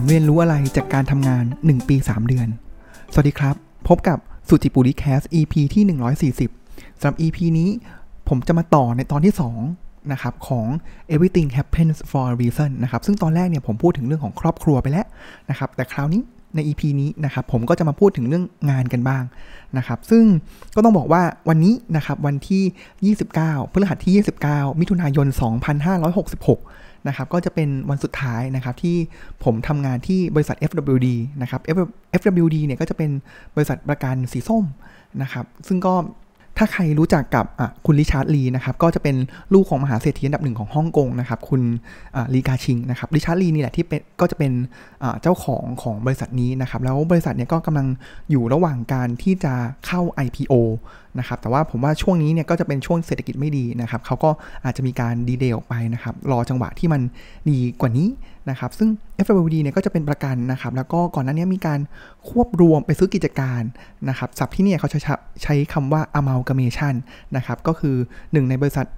เรียนรู้อะไรจากการทำงาน1ปี3เดือนสวัสดีครับพบกับสุจิปุริแคส EP ที่140สำหรับ EP นี้ผมจะมาต่อในตอนที่2นะครับของ Everything Happens for a Reason นะครับซึ่งตอนแรกเนี่ยผมพูดถึงเรื่องของครอบครัวไปแล้วนะครับแต่คราวนี้ใน EP นี้นะครับผมก็จะมาพูดถึงเรื่องงานกันบ้างนะครับซึ่งก็ต้องบอกว่าวันนี้นะครับวันที่29พฤหัสที่29มิถุนายน2566นะครับก็จะเป็นวันสุดท้ายนะครับที่ผมทำงานที่บริษัท FWD นะครับ FWD เนี่ยก็จะเป็นบริษัทประกันสีส้มนะครับซึ่งก็ถ้าใครรู้จักกับคุณริชาร์ดลีนะครับก็จะเป็นลูกของมหาเศรษฐีอันดับหนึ่งของฮ่องกงนะครับคุณลีกาชิงนะครับริชาร์ดลีนี่แหละที่เป็นก็จะเป็นเจ้าของบริษัทนี้นะครับแล้วบริษัทเนี่ยก็กำลังอยู่ระหว่างการที่จะเข้า IPO นะครับแต่ว่าผมว่าช่วงนี้เนี่ยก็จะเป็นช่วงเศรษฐกิจไม่ดีนะครับเขาก็อาจจะมีการดีเลย์ออกไปนะครับรอจังหวะที่มันดีกว่านี้นะครับซึ่ง FWD เนี่ยก็จะเป็นประกันนะครับแล้วก็ก่อนหน้านี้มีการควบรวมไปซื้อกิจการนะครับศัพท์ที่เนี่ยเขาใช้คำว่า amalgamation นะครับก็คือหนึ่งในบริษัท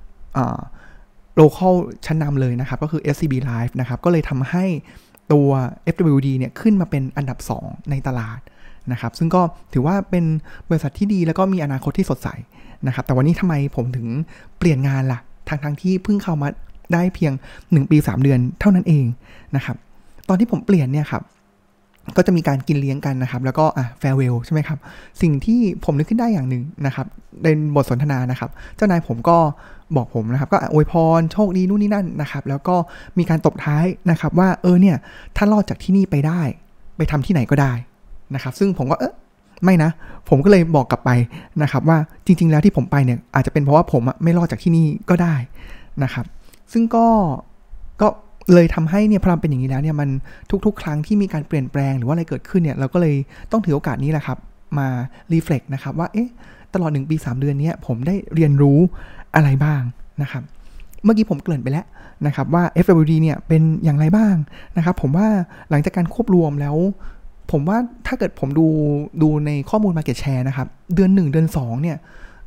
local ชั้นนำเลยนะครับก็คือ SCB Life นะครับก็เลยทำให้ตัว FWD เนี่ยขึ้นมาเป็นอันดับ2ในตลาดนะครับซึ่งก็ถือว่าเป็นบริษัทที่ดีแล้วก็มีอนาคตที่สดใสนะครับแต่วันนี้ทำไมผมถึงเปลี่ยนงานล่ะทั้งที่เพิ่งเข้ามาได้เพียง1ปี3เดือนเท่านั้นเองนะครับตอนที่ผมเปลี่ยนเนี่ยครับก็จะมีการกินเลี้ยงกันนะครับแล้วก็แฟร์เวลใช่ไหมครับสิ่งที่ผมนึกขึ้นได้อย่างหนึ่งนะครับในบทสนทนานะครับเจ้านายผมก็บอกผมนะครับก็อวยพรโชคดีนู่นนี่นั่นนะครับแล้วก็มีการตบท้ายนะครับว่าเนี่ยถ้ารอดจากที่นี่ไปได้ไปทำที่ไหนก็ได้นะครับซึ่งผมก็ไม่นะผมก็เลยบอกกลับไปนะครับว่าจริงๆแล้วที่ผมไปเนี่ยอาจจะเป็นเพราะว่าผมไม่รอดจากที่นี่ก็ได้นะครับซึ่งก็เลยทำให้เนี่ยพอเป็นอย่างนี้แล้วเนี่ยมันทุกๆครั้งที่มีการเปลี่ยนแปลงหรือว่าอะไรเกิดขึ้นเนี่ยเราก็เลยต้องถือโอกาสนี้แหละครับมารีเฟล็กนะครับว่าตลอด1ปี3เดือนนี้ผมได้เรียนรู้อะไรบ้างนะครับเมื่อกี้ผมเกริ่นไปแล้วนะครับว่า FWD เนี่ยเป็นอย่างไรบ้างนะครับผมว่าหลังจากการควบรวมแล้วผมว่าถ้าเกิดผมดูในข้อมูล Market Share นะครับเดือน1เดือน2เนี่ย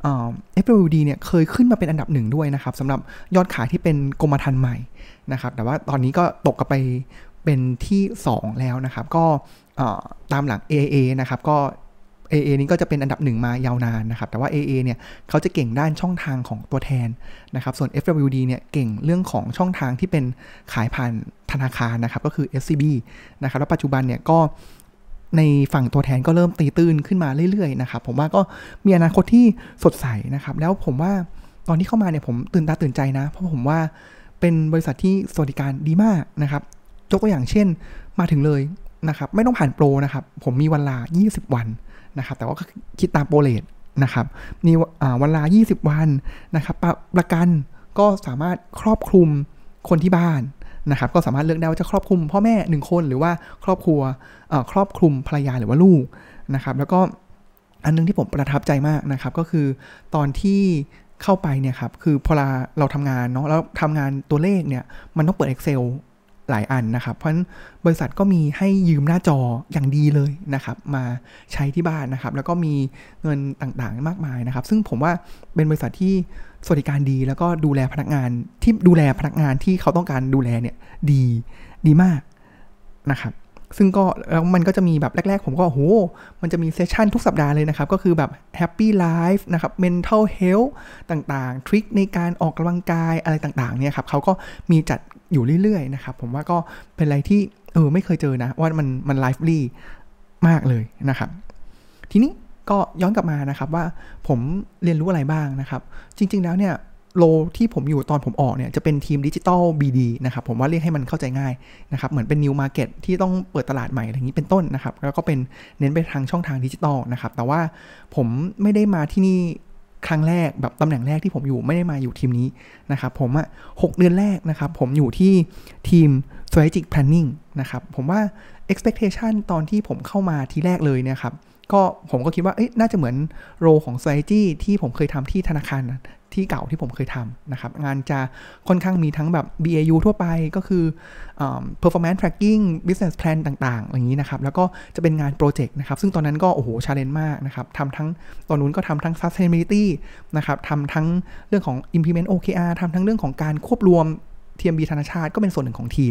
FWD เนี่ยเคยขึ้นมาเป็นอันดับ1ด้วยนะครับสำหรับยอดขายที่เป็นกรมธรรม์ใหม่นะครับแต่ว่าตอนนี้ก็ตกกลับไปเป็นที่2แล้วนะครับก็ตามหลัง AIA นะครับก็ AIA นี้ก็จะเป็นอันดับ1มายาวนานนะครับแต่ว่า AIA เนี่ยเขาจะเก่งด้านช่องทางของตัวแทนนะครับส่วน FWD เนี่ยเก่งเรื่องของช่องทางที่เป็นขายผ่านธนาคารนะครับก็คือ SCB นะครับแล้วปัจจุบันเนี่ยก็ในฝั่งตัวแทนก็เริ่มตีตื้นขึ้นมาเรื่อยๆนะครับผมว่าก็มีอนาคตที่สดใสนะครับแล้วผมว่าตอนที่เข้ามาเนี่ยผมตื่นตาตื่นใจนะเพราะผมว่าเป็นบริษัทที่สวัสดิการดีมากนะครับยกตัวอย่างเช่นมาถึงเลยนะครับไม่ต้องผ่านโปรนะครับผมมีวันลา20วันนะครับแต่ว่าคิดตามโปรเรทนะครับมีวันลา20วันนะครับประกันก็สามารถครอบคลุมคนที่บ้านนะครับก็สามารถเลือกได้ว่าจะครอบคลุมพ่อแม่1คนหรือว่าครอบครัวครอบคลุมภรรยาหรือว่าลูกนะครับแล้วก็อันนึงที่ผมประทับใจมากนะครับก็คือตอนที่เข้าไปเนี่ยครับคือพอเราทำงานเนาะแล้วทำงานตัวเลขเนี่ยมันต้องเปิด Excel หลายอันนะครับเพราะฉะนั้นบริษัทก็มีให้ยืมหน้าจออย่างดีเลยนะครับมาใช้ที่บ้านนะครับแล้วก็มีเงินต่างๆมากมายนะครับซึ่งผมว่าเป็นบริษัทที่สวัสดิการดีแล้วก็ดูแลพนักงานที่เขาต้องการดูแลเนี่ยดีมากนะครับซึ่งก็แล้วมันก็จะมีแบบแรกๆผมก็มันจะมีเซสชั่นทุกสัปดาห์เลยนะครับก็คือแบบ Happy Life นะครับ Mental Health ต่างๆทริคในการออกกำลังกายอะไรต่างๆเนี่ยครับเขาก็มีจัดอยู่เรื่อยๆนะครับผมว่าก็เป็นอะไรที่ไม่เคยเจอนะว่ามันไลฟ์ลี่มากเลยนะครับทีนี้ก็ย้อนกลับมานะครับว่าผมเรียนรู้อะไรบ้างนะครับจริงๆแล้วเนี่ยโลที่ผมอยู่ตอนผมออกเนี่ยจะเป็นทีมดิจิตอล BD นะครับผมว่าเรียกให้มันเข้าใจง่ายนะครับเหมือนเป็น New Market ที่ต้องเปิดตลาดใหม่อะไรอย่างนี้เป็นต้นนะครับแล้วก็เป็นเน้นไปทางช่องทางดิจิตอลนะครับแต่ว่าผมไม่ได้มาที่นี่ครั้งแรกแบบตำแหน่งแรกที่ผมอยู่ไม่ได้มาอยู่ทีมนี้นะครับผม6เดือนแรกนะครับผมอยู่ที่ทีม Strategic Planning นะครับผมว่า expectation ตอนที่ผมเข้ามาทีแรกเลยเนี่ยครับก็ผมก็คิดว่าน่าจะเหมือนโรของ strategy ที่ผมเคยทำที่ธนาคารที่เก่าที่ผมเคยทำนะครับงานจะค่อนข้างมีทั้งแบบ BAU ทั่วไปก็คือperformance tracking business plan ต่างๆอย่างนี้นะครับแล้วก็จะเป็นงานโปรเจกต์นะครับซึ่งตอนนั้นก็challenge มากนะครับทำทั้งตอนนู้นก็ทำทั้ง sustainability นะครับทำทั้งเรื่องของ implement OKR ทำทั้งเรื่องของการควบรวม TMB ธนาชาติก็เป็นส่วนหนึ่งของทีม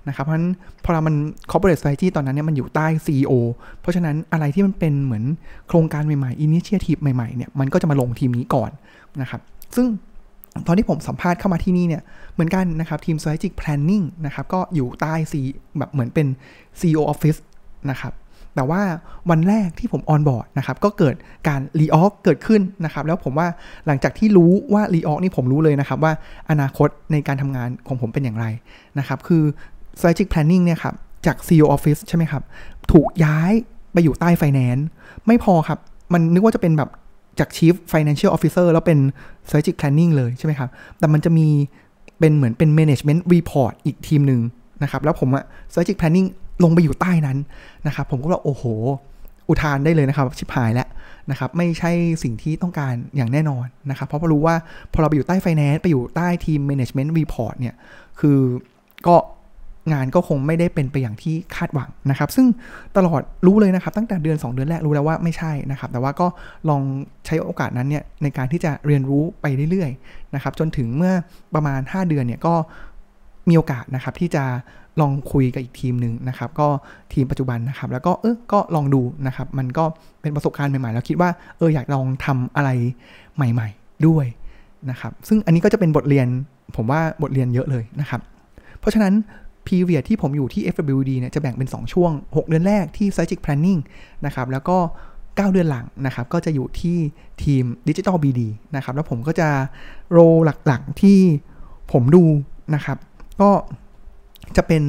นะครับเพราะฉะนั้นพอมัน corporate strategy ตอนนั้นเนี่ยมันอยู่ใต้ CEO เพราะฉะนั้นอะไรที่มันเป็นเหมือนโครงการใหม่ๆ initiative ใหม่ๆเนี่ยมันก็จะมาลงทีมนี้ก่อนนะครับซึ่งตอนที่ผมสัมภาษณ์เข้ามาที่นี่เนี่ยเหมือนกันนะครับทีม strategic planning นะครับก็อยู่ใต้ แบบเหมือนเป็น CEO office นะครับแต่ว่าวันแรกที่ผมออนบอร์ดนะครับก็เกิดการรีออร์กเกิดขึ้นนะครับแล้วผมว่าหลังจากที่รู้ว่ารีออร์กนี่ผมรู้เลยนะครับว่าอนาคตในการทำงานของผมเป็นอย่างไรนะครับคือ strategic planning เนี่ยครับจาก CEO office ใช่ไหมครับถูกย้ายไปอยู่ใต้ finance ไม่พอครับมันนึกว่าจะเป็นแบบจาก chief financial officer แล้วเป็น strategic planning เลยใช่ไหมครับแต่มันจะมีเป็นเหมือนเป็น management report อีกทีมหนึ่งนะครับแล้วผมอะ strategic planningลงไปอยู่ใต้นั้นนะครับผมก็ว่าโอ้โหอุทานได้เลยนะครับชิบหายแล้วนะครับไม่ใช่สิ่งที่ต้องการอย่างแน่นอนนะครับเพราะรู้ว่าพอเราไปอยู่ใต้ finance ไปอยู่ใต้ทีม management report เนี่ยคือก็งานก็คงไม่ได้เป็นไปอย่างที่คาดหวังนะครับซึ่งตลอดรู้เลยนะครับตั้งแต่เดือน2เดือนแรกรู้แล้วว่าไม่ใช่นะครับแต่ว่าก็ลองใช้โอกาสนั้นเนี่ยในการที่จะเรียนรู้ไปเรื่อยๆนะครับจนถึงเมื่อประมาณ5เดือนเนี่ยก็มีโอกาสนะครับที่จะลองคุยกับอีกทีมหนึ่งนะครับก็ทีมปัจจุบันนะครับแล้วก็ก็ลองดูนะครับมันก็เป็นประสบการณ์ใหม่ๆแล้วคิดว่าอยากลองทำอะไรใหม่ๆด้วยนะครับซึ่งอันนี้ก็จะเป็นบทเรียนผมว่าบทเรียนเยอะเลยนะครับเพราะฉะนั้นperiod ที่ผมอยู่ที่ FWD เนี่ยจะแบ่งเป็น2ช่วง6เดือนแรกที่ strategic planning นะครับแล้วก็9เดือนหลังนะครับก็จะอยู่ที่ทีม Digital BD นะครับแล้วผมก็จะโรหลักๆที่ผมดูนะครับก็จะเป็น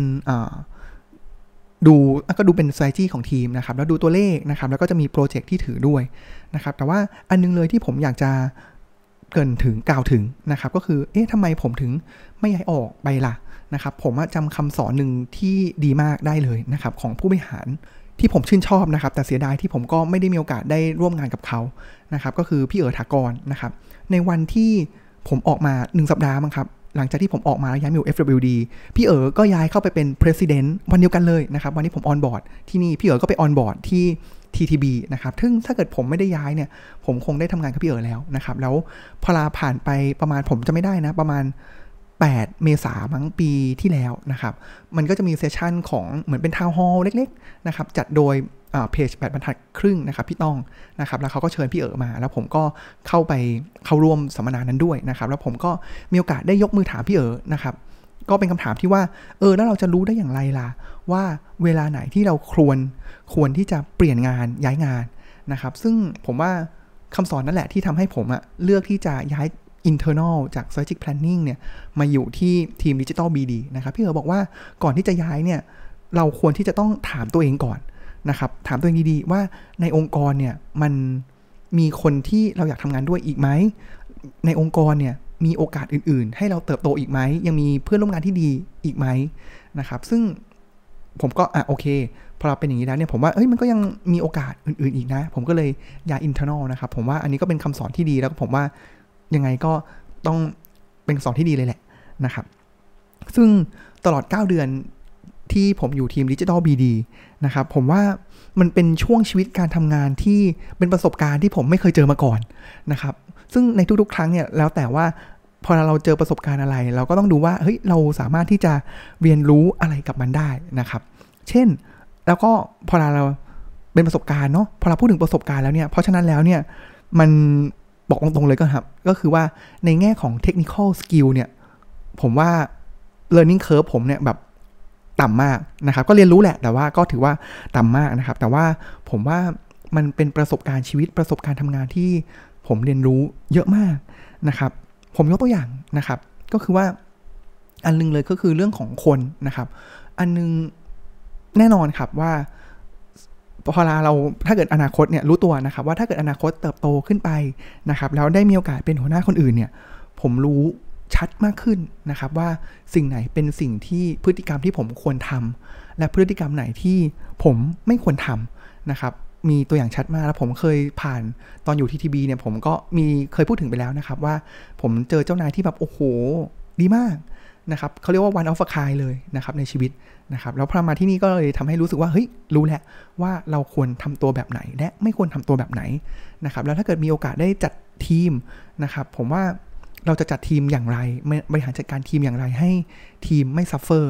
ก็ดูเป็น strategy ของทีมนะครับแล้วดูตัวเลขนะครับแล้วก็จะมีโปรเจกต์ที่ถือด้วยนะครับแต่ว่าอันนึงเลยที่ผมอยากจะกล่าวถึงนะครับก็คือทำไมผมถึงไม่ย้ายออกไปล่ะนะครับผมจำคำสอนหนึ่งที่ดีมากได้เลยนะครับของผู้บริหารที่ผมชื่นชอบนะครับแต่เสียดายที่ผมก็ไม่ได้มีโอกาสได้ร่วมงานกับเขานะครับก็คือพี่ถากรนะครับในวันที่ผมออกมา1สัปดาห์มั้งครับหลังจากที่ผมออกมาแล้วย้ายมาอยู่ FWD พี่ก็ย้ายเข้าไปเป็น President วันเดียวกันเลยนะครับวันนี้ผมออนบอร์ดที่นี่พี่ก็ไปออนบอร์ดที่ TTB นะครับซึ่งถ้าเกิดผมไม่ได้ย้ายเนี่ยผมคงได้ทำงานกับพี่แล้วนะครับแล้วพอลาผ่านไปประมาณผมจะไม่ได้นะประมาณ8 เมษายนมั้งปีที่แล้วนะครับมันก็จะมีเซสชั่นของเหมือนเป็นทาวน์ฮอลล์เล็กๆนะครับจัดโดยเพจ8 บรรทัดครึ่งนะครับพี่ต้องนะครับแล้วเขาก็เชิญพี่มาแล้วผมก็เข้าร่วมสัมมนานั้นด้วยนะครับแล้วผมก็มีโอกาสได้ยกมือถามพี่นะครับก็เป็นคำถามที่ว่าแล้วเราจะรู้ได้อย่างไรล่ะว่าเวลาไหนที่เราควรที่จะเปลี่ยนงานย้ายงานนะครับซึ่งผมว่าคำสอนนั่นแหละที่ทำให้ผมเลือกที่จะย้ายinternal จาก strategic planning เนี่ยมาอยู่ที่ทีม Digital BD นะครับพี่บอกว่าก่อนที่จะย้ายเนี่ยเราควรที่จะต้องถามตัวเองก่อนนะครับถามตัวเองดีๆว่าในองค์กรเนี่ยมันมีคนที่เราอยากทำงานด้วยอีกไหมในองค์กรเนี่ยมีโอกาสอื่นๆให้เราเติบโตอีกไหมยังมีเพื่อนร่วมงานที่ดีอีกไหมนะครับซึ่งผมก็โอเคพอเราเป็นอย่างนี้แล้วเนี่ยผมว่ามันก็ยังมีโอกาสอื่นๆอีกนะผมก็เลยย้าย internal นะครับผมว่าอันนี้ก็เป็นคำสอนที่ดีแล้วก็ผมว่ายังไงก็ต้องเป็นสอนที่ดีเลยแหละนะครับซึ่งตลอด9เดือนที่ผมอยู่ทีม Digital BD นะครับผมว่ามันเป็นช่วงชีวิตการทำงานที่เป็นประสบการณ์ที่ผมไม่เคยเจอมาก่อนนะครับซึ่งในทุกๆครั้งเนี่ยแล้วแต่ว่าพอเราเจอประสบการณ์อะไรเราก็ต้องดูว่าเราสามารถที่จะเรียนรู้อะไรกับมันได้นะครับเช่นแล้วก็พอเราเป็นประสบการณ์เนาะพอเราพูดถึงประสบการณ์แล้วเนี่ยเพราะฉะนั้นแล้วเนี่ยมันบอกตรงๆเลยก็คือว่าในแง่ของ technical skill เนี่ยผมว่า learning curve ผมเนี่ยแบบต่ำมากนะครับก็เรียนรู้แหละแต่ว่าก็ถือว่าต่ำมากนะครับแต่ว่าผมว่ามันเป็นประสบการณ์ชีวิตประสบการณ์ทำงานที่ผมเรียนรู้เยอะมากนะครับผมยกตัวอย่างนะครับก็คือว่าอันนึงเลยก็คือเรื่องของคนนะครับอันนึงแน่นอนครับว่าพอเราถ้าเกิดอนาคตเนี่ยรู้ตัวนะครับว่าถ้าเกิดอนาคตเติบโตขึ้นไปนะครับแล้วได้มีโอกาสเป็นหัวหน้าคนอื่นเนี่ยผมรู้ชัดมากขึ้นนะครับว่าสิ่งไหนเป็นสิ่งที่พฤติกรรมที่ผมควรทำและพฤติกรรมไหนที่ผมไม่ควรทำนะครับมีตัวอย่างชัดมากแล้วผมเคยผ่านตอนอยู่ที่ TTB เนี่ยผมก็เคยพูดถึงไปแล้วนะครับว่าผมเจอเจ้านายที่แบบโอ้โหดีมากนะครับเขาเรียกว่า one of a kind เลยนะครับในชีวิตนะครับแล้วพอมาที่นี่ก็เลยทำให้รู้สึกว่าเฮ้ยรู้แหละว่าเราควรทำตัวแบบไหนและไม่ควรทำตัวแบบไหนนะครับแล้วถ้าเกิดมีโอกาสได้จัดทีมนะครับผมว่าเราจะจัดทีมอย่างไรบริหารจัดการทีมอย่างไรให้ทีมไม่ซัฟเฟอร์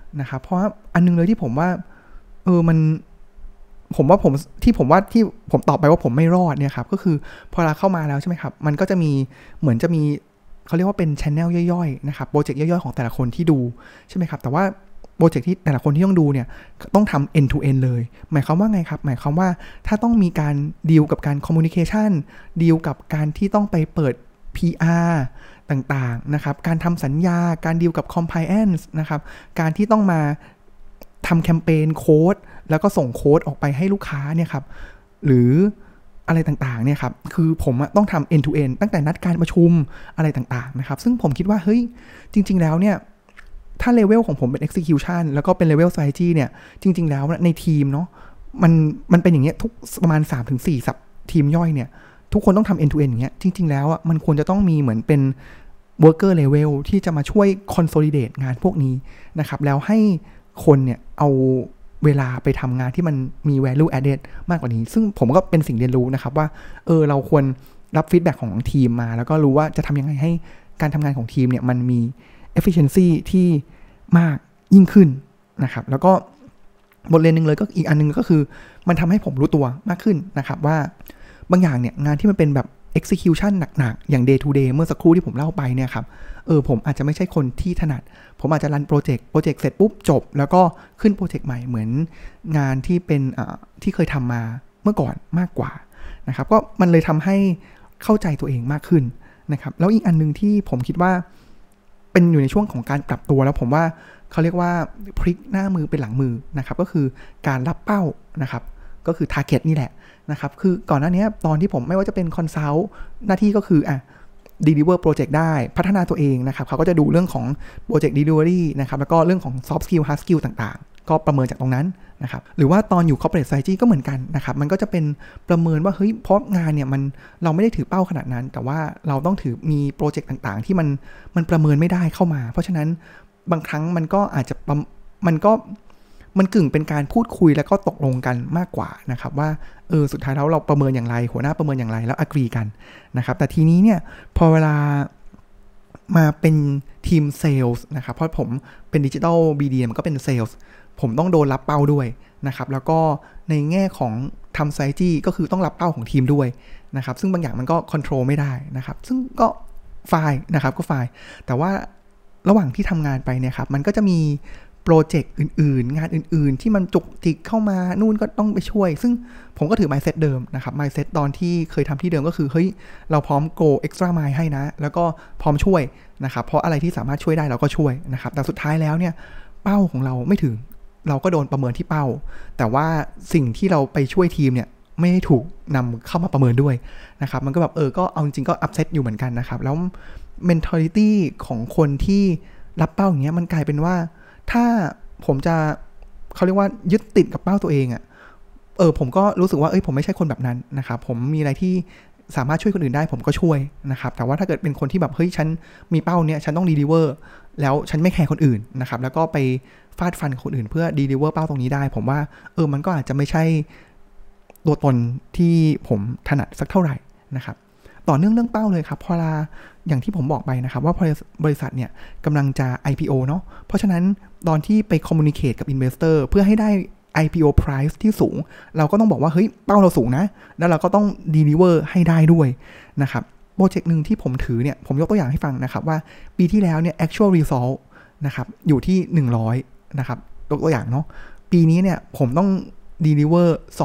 นะครับเพราะว่าอันนึงเลยที่ผมว่ามันผมตอบไปว่าผมไม่รอดเนี่ยครับก็คือพอเราเข้ามาแล้วใช่ไหมครับมันก็จะมีเหมือนจะมีเขาเรียกว่าเป็น channel ย่อยๆนะครับโปรเจกต์ย่อยๆของแต่ละคนที่ดูใช่ไหมครับแต่ว่าโปรเจกต์ที่แต่ละคนที่ต้องดูเนี่ยต้องทำ end to end เลยหมายความว่าไงครับหมายความว่าถ้าต้องมีการดีลกับการ communication ดีลกับการที่ต้องไปเปิด PR ต่างๆนะครับการทำสัญญาการดีลกับ compliance นะครับการที่ต้องมาทำแคมเปญโค้ดแล้วก็ส่งโค้ดออกไปให้ลูกค้าเนี่ยครับหรืออะไรต่างๆเนี่ยครับคือผมต้องทำ end to end ตั้งแต่นัดการประชุมอะไรต่างๆนะครับซึ่งผมคิดว่าเฮ้ยจริงๆแล้วเนี่ยถ้าเลเวลของผมเป็น execution แล้วก็เป็นเลเวล strategy เนี่ยจริงๆแล้วในทีมเนาะมันเป็นอย่างเงี้ยทุกประมาณ 3-4 สับทีมย่อยเนี่ยทุกคนต้องทำ end to end อย่างเงี้ยจริงๆแล้วมันควรจะต้องมีเหมือนเป็น worker level ที่จะมาช่วย consolidate งานพวกนี้นะครับแล้วให้คนเนี่ยเอาเวลาไปทำงานที่มันมี value added มากกว่านี้ซึ่งผมก็เป็นสิ่งเรียนรู้นะครับว่าเราควรรับ feedback ของทีมมาแล้วก็รู้ว่าจะทำยังไงให้การทำงานของทีมเนี่ยมันมี efficiency ที่มากยิ่งขึ้นนะครับแล้วก็บทเรียนหนึ่งเลยก็อีกอันนึงก็คือมันทำให้ผมรู้ตัวมากขึ้นนะครับว่าบางอย่างเนี่ยงานที่มันเป็นแบบ execution หนักๆอย่าง day to day เมื่อสักครู่ที่ผมเล่าไปเนี่ยครับผมอาจจะไม่ใช่คนที่ถนัดผมอาจจะรันโปรเจกต์เสร็จปุ๊บจบแล้วก็ขึ้นโปรเจกต์ใหม่เหมือนงานที่เป็นที่เคยทำมาเมื่อก่อนมากกว่านะครับก็มันเลยทำให้เข้าใจตัวเองมากขึ้นนะครับแล้วอีกอันนึงที่ผมคิดว่าเป็นอยู่ในช่วงของการปรับตัวแล้วผมว่าเขาเรียกว่าพลิกหน้ามือเป็นหลังมือนะครับก็คือการรับเป้านะครับก็คือ target นี่แหละนะครับคือก่อนหน้านี้ตอนที่ผมไม่ว่าจะเป็นคอนซัลท์หน้าที่ก็คือdeliver project ได้พัฒนาตัวเองนะครับเขาก็จะดูเรื่องของ project delivery นะครับแล้วก็เรื่องของ soft skill hard skill ต่างๆก็ประเมินจากตรงนั้นนะครับหรือว่าตอนอยู่ corporate strategy ก็เหมือนกันนะครับมันก็จะเป็นประเมินว่าเฮ้ยเพราะงานเนี่ยเราไม่ได้ถือเป้าขนาดนั้นแต่ว่าเราต้องถือมีโปรเจกต์ต่างๆที่มันประเมินไม่ได้เข้ามาเพราะฉะนั้นบางครั้งมันก็อาจจะมันกึ่งเป็นการพูดคุยแล้วก็ตกลงกันมากกว่านะครับว่าสุดท้ายแล้วเราประเมินอย่างไรหัวหน้าประเมินอย่างไรแล้วอักรีกันนะครับแต่ทีนี้เนี่ยพอเวลามาเป็นทีมเซลส์นะครับเพราะผมเป็นดิจิทัล BD มันก็เป็นเซลส์ผมต้องโดนรับเป้าด้วยนะครับแล้วก็ในแง่ของทำไซจี้ก็คือต้องรับเป้าของทีมด้วยนะครับซึ่งบางอย่างมันก็คอนโทรลไม่ได้นะครับซึ่งก็ไฟล์นะครับก็ไฟล์แต่ว่าระหว่างที่ทำงานไปเนี่ยครับมันก็จะมีโปรเจกต์อื่นๆงานอื่นๆที่มันจุกจิกเข้ามานู่นก็ต้องไปช่วยซึ่งผมก็ถือ mindset เดิมนะครับ mindset ตอนที่เคยทำที่เดิมก็คือเฮ้ยเราพร้อม go extra mile ให้นะแล้วก็พร้อมช่วยนะครับเพราะอะไรที่สามารถช่วยได้เราก็ช่วยนะครับแต่สุดท้ายแล้วเนี่ยเป้าของเราไม่ถึงเราก็โดนประเมินที่เป้าแต่ว่าสิ่งที่เราไปช่วยทีมเนี่ยไม่ได้ถูกนำเข้ามาประเมินด้วยนะครับมันก็แบบก็เอาจริงๆก็ upset อยู่เหมือนกันนะครับแล้ว mentality ของคนที่รับเป้าอย่างเงี้ยมันกลายเป็นว่าถ้าผมจะเขาเรียกว่ายึดติดกับเป้าตัวเองผมก็รู้สึกว่าผมไม่ใช่คนแบบนั้นนะครับผมมีอะไรที่สามารถช่วยคนอื่นได้ผมก็ช่วยนะครับแต่ว่าถ้าเกิดเป็นคนที่แบบเฮ้ยฉันมีเป้าเนี้ยฉันต้อง deliver แล้วฉันไม่แคร์คนอื่นนะครับแล้วก็ไปฟาดฟันคนอื่นเพื่อ deliver เป้าตรงนี้ได้ผมว่ามันก็อาจจะไม่ใช่ตัวตนที่ผมถนัดสักเท่าไหร่นะครับต่อเนื่องเรื่องเป้าเลยครับพออย่างที่ผมบอกไปนะครับว่าบริษัทเนี่ยกำลังจะ IPO เนาะเพราะฉะนั้นตอนที่ไป communicate กับ investor เพื่อให้ได้ IPO price ที่สูงเราก็ต้องบอกว่าเฮ้ยเป้าเราสูงนะแล้วเราก็ต้อง deliver ให้ได้ด้วยนะครับโปรเจกต์นึงที่ผมถือเนี่ยผมยกตัวอย่างให้ฟังนะครับว่าปีที่แล้วเนี่ย actual result นะครับอยู่ที่100นะครับยกตัวอย่างเนาะปีนี้เนี่ยผมต้อง deliver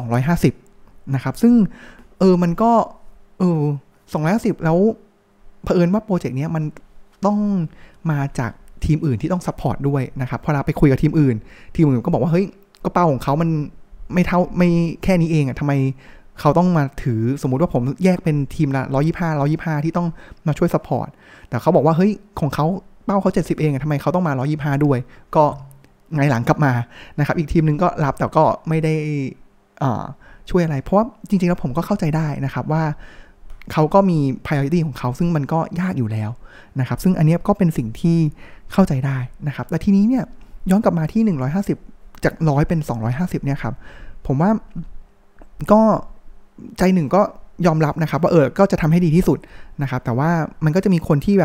250นะครับซึ่งมันก็250แล้วเผอิญว่าโปรเจกต์นี้มันต้องมาจากทีมอื่นที่ต้องซัพพอร์ตด้วยนะครับพอเราไปคุยกับทีมอื่นก็บอกว่าเฮ้ยก็เป้าของเขามันไม่แค่นี้เองทำไมเขาต้องมาถือสมมุติว่าผมแยกเป็นทีมละ125ที่ต้องมาช่วยซัพพอร์ตแต่เขาบอกว่าเฮ้ยของเขาเป้าเขา70เองทำไมเขาต้องมา125ด้วยก็ไงหลังกลับมานะครับอีกทีมนึงก็รับแต่ก็ไม่ได้ช่วยอะไรเพราะว่าจริงๆแล้วผมก็เข้าใจได้นะครับว่าเขาก็มี priority ของเขาซึ่งมันก็ยากอยู่แล้วนะครับซึ่งอันนี้ก็เป็นสิ่งที่เข้าใจได้นะครับแต่ทีนี้เนี่ยย้อนกลับมาที่150จาก100เป็น250เนี่ยครับผมว่าก็ใจหนึ่งก็ยอมรับนะครับว่าก็จะทำให้ดีที่สุดนะครับแต่ว่ามันก็จะมีคนที่แบบ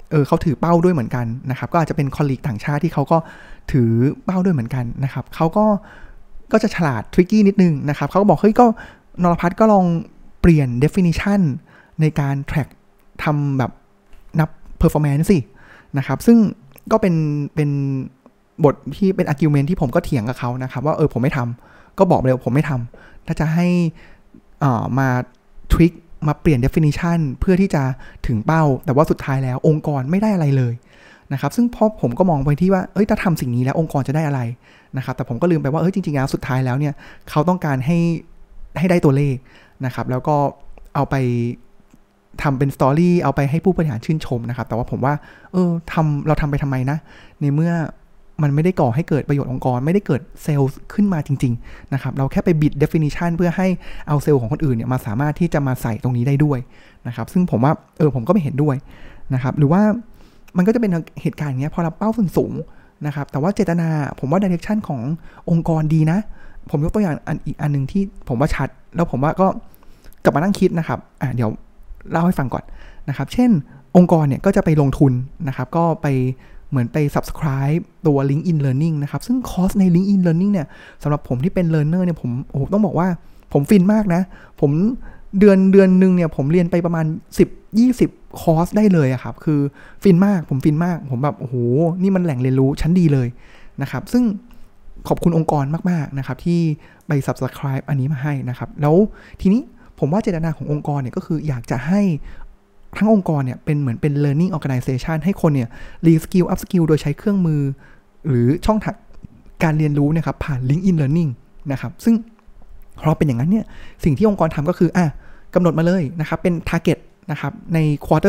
เขาถือเป้าด้วยเหมือนกันนะครับก็อาจจะเป็นคอลลีกต่างชาติที่เขาก็ถือเป้าด้วยเหมือนกันนะครับเขาก็จะฉลาดทริกกี้นิดนึงนะครับเขาก็บอกเฮ้ยก็นรพัฒน์ก็ลองเปลี่ยน definition ในการ track ทำแบบนับ performance สินะครับซึ่งก็เป็นบทที่เป็น argument ที่ผมก็เถียงกับเขานะครับว่าผมไม่ทำก็บอกเลยผมไม่ทำถ้าจะให้มาทริคมาเปลี่ยน definition เพื่อที่จะถึงเป้าแต่ว่าสุดท้ายแล้วองค์กรไม่ได้อะไรเลยนะครับซึ่งพอผมก็มองไปที่ว่าถ้าทำสิ่งนี้แล้วองค์กรจะได้อะไรนะครับแต่ผมก็ลืมไปว่าจริงๆแล้วสุดท้ายแล้วเนี่ยเขาต้องการให้ได้ตัวเลขนะครับแล้วก็เอาไปทำเป็นสตอรี่เอาไปให้ผู้บริหารชื่นชมนะครับแต่ว่าผมว่าเราทำไปทำไมนะในเมื่อมันไม่ได้ก่อให้เกิดประโยชน์องค์กรไม่ได้เกิดเซลล์ขึ้นมาจริงๆนะครับเราแค่ไปบิด definition เพื่อให้เอาเซลล์ของคนอื่นเนี่ยมาสามารถที่จะมาใส่ตรงนี้ได้ด้วยนะครับซึ่งผมว่าผมก็ไม่เห็นด้วยนะครับหรือว่ามันก็จะเป็นเหตุการณ์อย่างเงี้ยพอเราเป้าสูงนะครับแต่ว่าเจตนาผมว่า direction ขององค์กรดีนะผมยกตัวอย่างอีกอันนึงที่ผมว่าชัดแล้วผมว่าก็กลับมานั่งคิดนะครับเดี๋ยวเล่าให้ฟังก่อนนะครับเช่นองค์กรเนี่ยก็จะไปลงทุนนะครับก็ไปเหมือนไป subscribe ตัว LinkedIn Learning นะครับซึ่งคอร์สใน LinkedIn Learning เนี่ยสำหรับผมที่เป็น learner เนี่ยผมต้องบอกว่าผมฟินมากนะผมเดือนนึงเนี่ยผมเรียนไปประมาณ10-20 คอร์สได้เลยอะครับคือฟินมากผมฟินมากผมแบบนี่มันแหล่งเรียนรู้ชั้นดีเลยนะครับซึ่งขอบคุณองค์กรมากๆนะครับที่ไป subscribe อันนี้มาให้นะครับแล้วทีนี้ผมว่าเจตนาขององค์กรเนี่ยก็คืออยากจะให้ทั้งองค์กรเนี่ยเป็นเหมือนเป็น learning organization ให้คนเนี่ย reskill up skill โดยใช้เครื่องมือหรือช่องทางการเรียนรู้นะครับผ่าน LinkedIn Learning นะครับซึ่งพอเป็นอย่างนั้นเนี่ยสิ่งที่องค์กรทำก็คือกำหนดมาเลยนะครับเป็น target นะครับใน quarter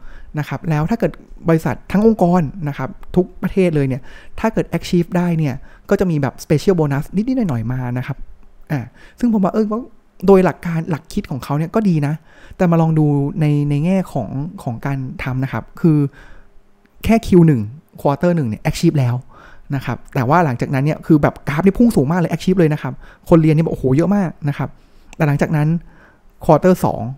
3นะครับแล้วถ้าเกิดบริษัททั้งองค์กรนะครับทุกประเทศเลยเนี่ยถ้าเกิด achieve ได้เนี่ยก็จะมีแบบ special bonus นิดๆหน่อยๆมานะครับซึ่งผมว่าโดยหลักการหลักคิดของเขาเนี่ยก็ดีนะแต่มาลองดูในแง่ของการทำนะครับคือแค่ Q1 quarter 1เนี่ย achieve แล้วนะครับแต่ว่าหลังจากนั้นเนี่ยคือแบบกราฟนี่พุ่งสูงมากเลย achieve เลยนะครับคนเรียนนี่บอกเยอะมากนะครับแต่หลังจากนั้น quarter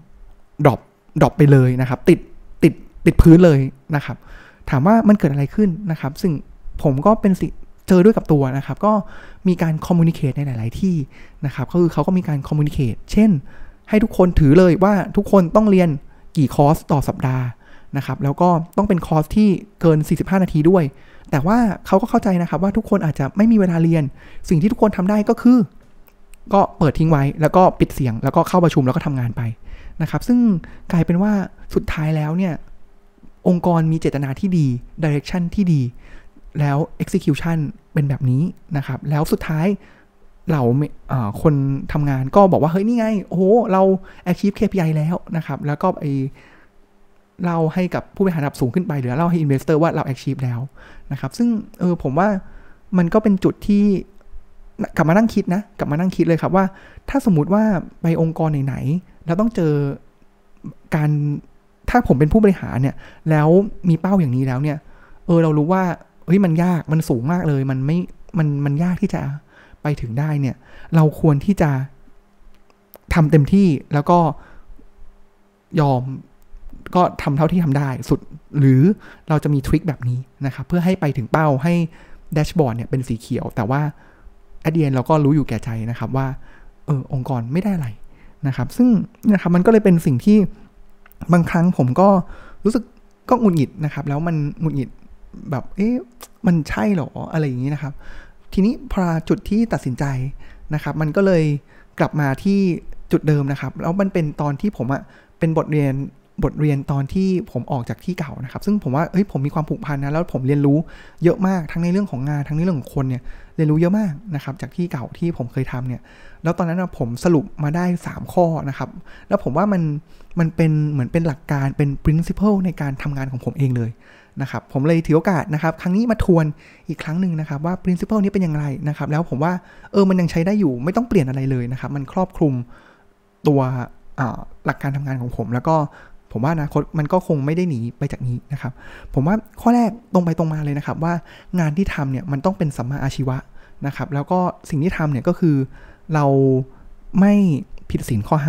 2 drop ไปเลยนะครับติดพื้นเลยนะครับถามว่ามันเกิดอะไรขึ้นนะครับซึ่งผมก็เป็นเจอด้วยกับตัวนะครับก็มีการคอมมูนิเคตในหลายๆที่นะครับก็คือเขาก็มีการคอมมูนิเคตเช่นให้ทุกคนถือเลยว่าทุกคนต้องเรียนกี่คอร์สต่อสัปดาห์นะครับแล้วก็ต้องเป็นคอร์สที่เกิน45นาทีด้วยแต่ว่าเขาก็เข้าใจนะครับว่าทุกคนอาจจะไม่มีเวลาเรียนสิ่งที่ทุกคนทำได้ก็คือก็เปิดทิ้งไว้แล้วก็ปิดเสียงแล้วก็เข้าประชุมแล้วก็ทำงานไปนะครับซึ่งกลายเป็นว่าสุดท้ายแล้วเนี่ยองค์กรมีเจตนาที่ดี direction ที่ดีแล้ว execution เป็นแบบนี้นะครับแล้วสุดท้ายเราคนทำงานก็บอกว่าเฮ้ยนี่ไงเรา achieve KPI แล้วนะครับแล้วก็ไปเล่าให้กับผู้บริหารระดับสูงขึ้นไปหรือเล่าให้ investor ว่าเรา achieve แล้วนะครับซึ่งผมว่ามันก็เป็นจุดที่กลับมานั่งคิดเลยครับว่าถ้าสมมุติว่าไปองค์กรไหนๆแล้วต้องเจอการถ้าผมเป็นผู้บริหารเนี่ยแล้วมีเป้าอย่างนี้แล้วเนี่ยเรารู้ว่ามันยากมันสูงมากเลยมันยากที่จะไปถึงได้เนี่ยเราควรที่จะทำเต็มที่แล้วก็ยอมก็ทำเท่าที่ทำได้สุดหรือเราจะมีทริคแบบนี้นะครับเพื่อให้ไปถึงเป้าให้แดชบอร์ดเนี่ยเป็นสีเขียวแต่ว่าat the endเราก็รู้อยู่แก่ใจนะครับว่าองค์กรไม่ได้อะไรนะครับซึ่งนะครับมันก็เลยเป็นสิ่งที่บางครั้งผมก็รู้สึกก็หงุดหงิดนะครับแล้วมันหงุดหงิดแบบมันใช่หรออะไรอย่างนี้นะครับทีนี้พอจุดที่ตัดสินใจนะครับมันก็เลยกลับมาที่จุดเดิมนะครับแล้วมันเป็นตอนที่ผมเป็นบทเรียนตอนที่ผมออกจากที่เก่านะครับซึ่งผมว่าผมมีความผูกพันนะแล้วผมเรียนรู้เยอะมากทั้งในเรื่องของงานทั้งในเรื่องของคนเนี่ยเรียนรู้เยอะมากนะครับจากที่เก่าที่ผมเคยทำเนี่ยแล้วตอนนั้นผมสรุปมาได้3ข้อนะครับแล้วผมว่ามันเป็นเหมือนเป็นหลักการเป็น principle ในการทำงานของผมเองเลยนะครับผมเลยถือโอกาสนะครับครั้งนี้มาทวนอีกครั้งหนึ่งนะครับว่า principle นี้เป็นอย่างไรนะครับแล้วผมว่ามันยังใช้ได้อยู่ไม่ต้องเปลี่ยนอะไรเลยนะครับมันครอบคลุมตัวหลักการทำงานของผมแล้วก็ผมว่านะมันก็คงไม่ได้หนีไปจากนี้นะครับผมว่าข้อแรกตรงไปตรงมาเลยนะครับว่างานที่ทำเนี่ยมันต้องเป็นสัมมาอาชีวะนะครับแล้วก็สิ่งที่ทำเนี่ยก็คือเราไม่ผิดศีลข้อ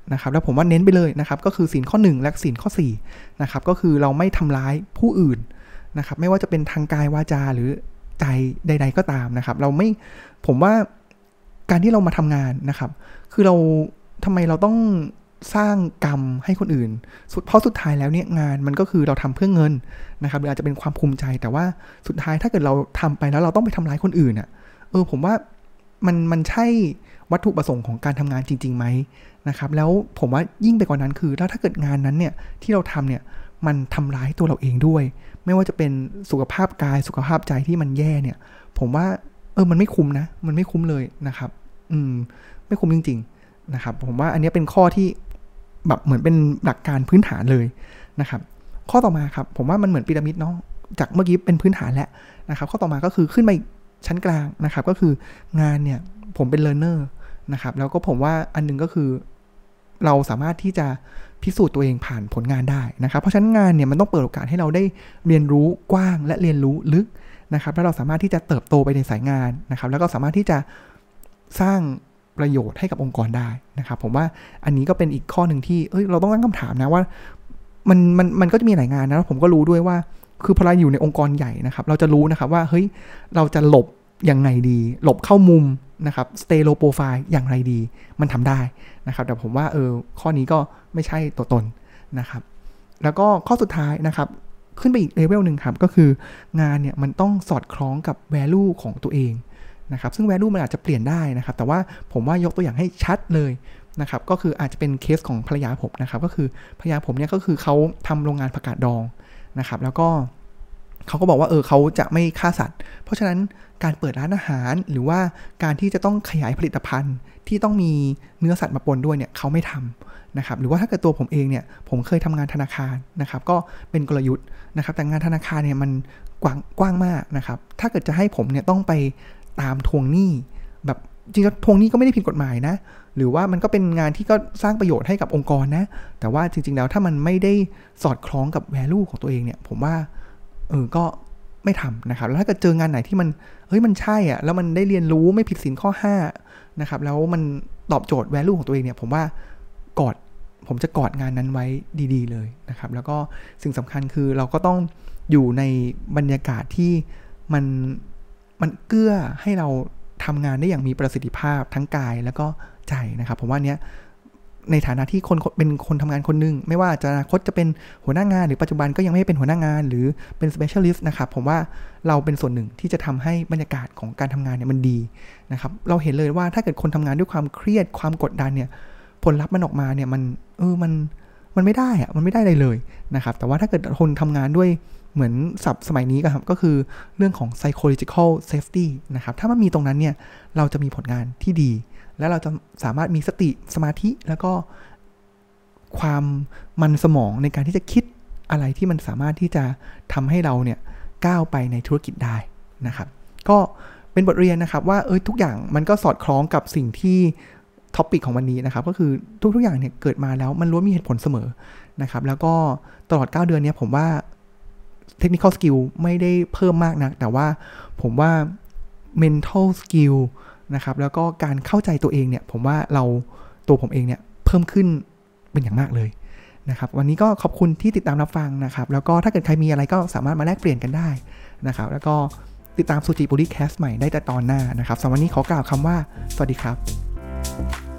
นะครับแล้วผมว่าเน้นไปเลยนะครับก็คือศีลข้อ1และศีลข้อ4นะครับก็คือเราไม่ทำร้ายผู้อื่นนะครับไม่ว่าจะเป็นทางกายวาจาหรือใจใดๆก็ตามนะครับผมว่าการที่เรามาทำงานนะครับคือทำไมเราต้องสร้างกรรมให้คนอื่นเพราะสุดท้ายแล้วเนี่ยงานมันก็คือเราทำเพื่อเงินนะครับหรืออาจจะเป็นความภูมิใจแต่ว่าสุดท้ายถ้าเกิดเราทำไปแล้วเราต้องไปทำร้ายคนอื่นอ่ะผมว่ามันใช่วัตถุประสงค์ของการทำงานจริงๆไหมนะครับแล้วผมว่ายิ่งไปกว่านั้นคือแล้วถ้าเกิดงานนั้นเนี่ยที่เราทำเนี่ยมันทำร้ายตัวเราเองด้วยไม่ว่าจะเป็นสุขภาพกายสุขภาพใจที่มันแย่เนี่ยผมว่ามันไม่คุ้มนะมันไม่คุ้มเลยนะครับไม่คุ้มจริงๆนะครับผมว่าอันนี้เป็นข้อที่แบบเหมือนเป็นหลักการพื้นฐานเลยนะครับข้อต่อมาครับผมว่ามันเหมือนพีระมิดเนาะจากเมื่อกี้เป็นพื้นฐานแล้วนะครับข้อต่อมาก็คือขึ้นไปชั้นกลางนะครับก็คืองานเนี่ยผมเป็น learner นะครับแล้วก็ผมว่าอันนึงก็คือเราสามารถที่จะพิสูจน์ตัวเองผ่านผลงานได้นะครับเพราะฉะนั้นงานเนี่ยมันต้องเปิดโอกาสให้เราได้เรียนรู้กว้างและเรียนรู้ลึกนะครับแล้วเราสามารถที่จะเติบโตไปในสายงานนะครับแล้วก็สามารถที่จะสร้างประโยชน์ให้กับองค์กรได้นะครับผมว่าอันนี้ก็เป็นอีกข้อหนึ่งที่เราต้องตั้งคำถามนะว่ามันก็จะมีหลายงานนะผมก็รู้ด้วยว่าคือพอเราอยู่ในองค์กรใหญ่นะครับเราจะรู้นะครับว่าเฮ้ยเราจะหลบยังไงดีหลบเข้ามุมนะครับ stay low profile อย่างไรดีมันทำได้นะครับแต่ผมว่าข้อนี้ก็ไม่ใช่ตัวตนนะครับแล้วก็ข้อสุดท้ายนะครับขึ้นไปอีกเลเวลหนึ่งครับก็คืองานเนี่ยมันต้องสอดคล้องกับ value ของตัวเองนะครับซึ่ง value มันอาจจะเปลี่ยนได้นะครับแต่ว่าผมว่ายกตัวอย่างให้ชัดเลยนะครับก็คืออาจจะเป็นเคสของภรรยาผมนะครับก็คือภรรยาผมเนี่ยก็คือเขาทำโรงงานผักกาดดองนะครับแล้วก็เขาก็บอกว่าเขาจะไม่ฆ่าสัตว์เพราะฉะนั้นการเปิดร้านอาหารหรือว่าการที่จะต้องขยายผลิตภัณฑ์ที่ต้องมีเนื้อสัตว์มาปนด้วยเนี่ยเขาไม่ทำนะครับหรือว่าถ้าเกิดตัวผมเองเนี่ยผมเคยทำงานธนาคารนะครับก็เป็นกลยุทธ์นะครับแต่งานธนาคารเนี่ยมันกว้างมากนะครับถ้าเกิดจะให้ผมเนี่ยต้องไปตามทวงหนี้แบบจริงๆทวงหนี้ก็ไม่ได้ผิดกฎหมายนะหรือว่ามันก็เป็นงานที่ก็สร้างประโยชน์ให้กับองค์กรนะแต่ว่าจริงๆแล้วถ้ามันไม่ได้สอดคล้องกับ value ของตัวเองเนี่ยผมว่าก็ไม่ทำนะครับแล้วถ้าเกิดเจองานไหนที่มันใช่อ่ะแล้วมันได้เรียนรู้ไม่ผิดศีลข้อ5นะครับแล้วมันตอบโจทย์ value ของตัวเองเนี่ยผมว่าผมจะกอดงานนั้นไว้ดีๆเลยนะครับแล้วก็สิ่งสำคัญคือเราก็ต้องอยู่ในบรรยากาศที่มันเอื้อให้เราทำงานได้อย่างมีประสิทธิภาพทั้งกายแล้วก็ใจนะครับผมว่าเนี้ยในฐานะที่เป็นคนทำงานคนหนึ่งไม่ว่าจะอนาคตจะเป็นหัวหน้างานหรือปัจจุบันก็ยังไม่เป็นหัวหน้างานหรือเป็น specialist นะครับผมว่าเราเป็นส่วนหนึ่งที่จะทำให้บรรยากาศของการทำงานเนี่ยมันดีนะครับเราเห็นเลยว่าถ้าเกิดคนทำงานด้วยความเครียดความกดดันเนี่ยผลลัพธ์มันออกมาเนี่ยมันไม่ได้อะมันไม่ได้อะไรเลยนะครับแต่ว่าถ้าเกิดคนทำงานด้วยเหมือนศัพท์สมัยนี้ครับก็คือเรื่องของ psychological safety นะครับถ้ามันมีตรงนั้นเนี่ยเราจะมีผลงานที่ดีและเราจะสามารถมีสติสมาธิแล้วก็ความมันสมองในการที่จะคิดอะไรที่มันสามารถที่จะทำให้เราเนี่ยก้าวไปในธุรกิจได้นะครับก็เป็นบทเรียนนะครับว่าทุกอย่างมันก็สอดคล้องกับสิ่งที่ท็อปิกของวันนี้นะครับก็คือทุกอย่างเนี่ยเกิดมาแล้วมันล้วนมีเหตุผลเสมอนะครับแล้วก็ตลอด9เดือนนี้ผมว่า technical skill ไม่ได้เพิ่มมากนักแต่ว่าผมว่า mental skill นะครับแล้วก็การเข้าใจตัวเองเนี่ยผมว่าตัวผมเองเนี่ยเพิ่มขึ้นเป็นอย่างมากเลยนะครับวันนี้ก็ขอบคุณที่ติดตามรับฟังนะครับแล้วก็ถ้าเกิดใครมีอะไรก็สามารถมาแลกเปลี่ยนกันได้นะครับแล้วก็ติดตามสุจิบุรีแคสใหม่ได้แต่ตอนหน้านะครับสำหรับวันนี้ขอกล่าวคำว่าสวัสดีครับ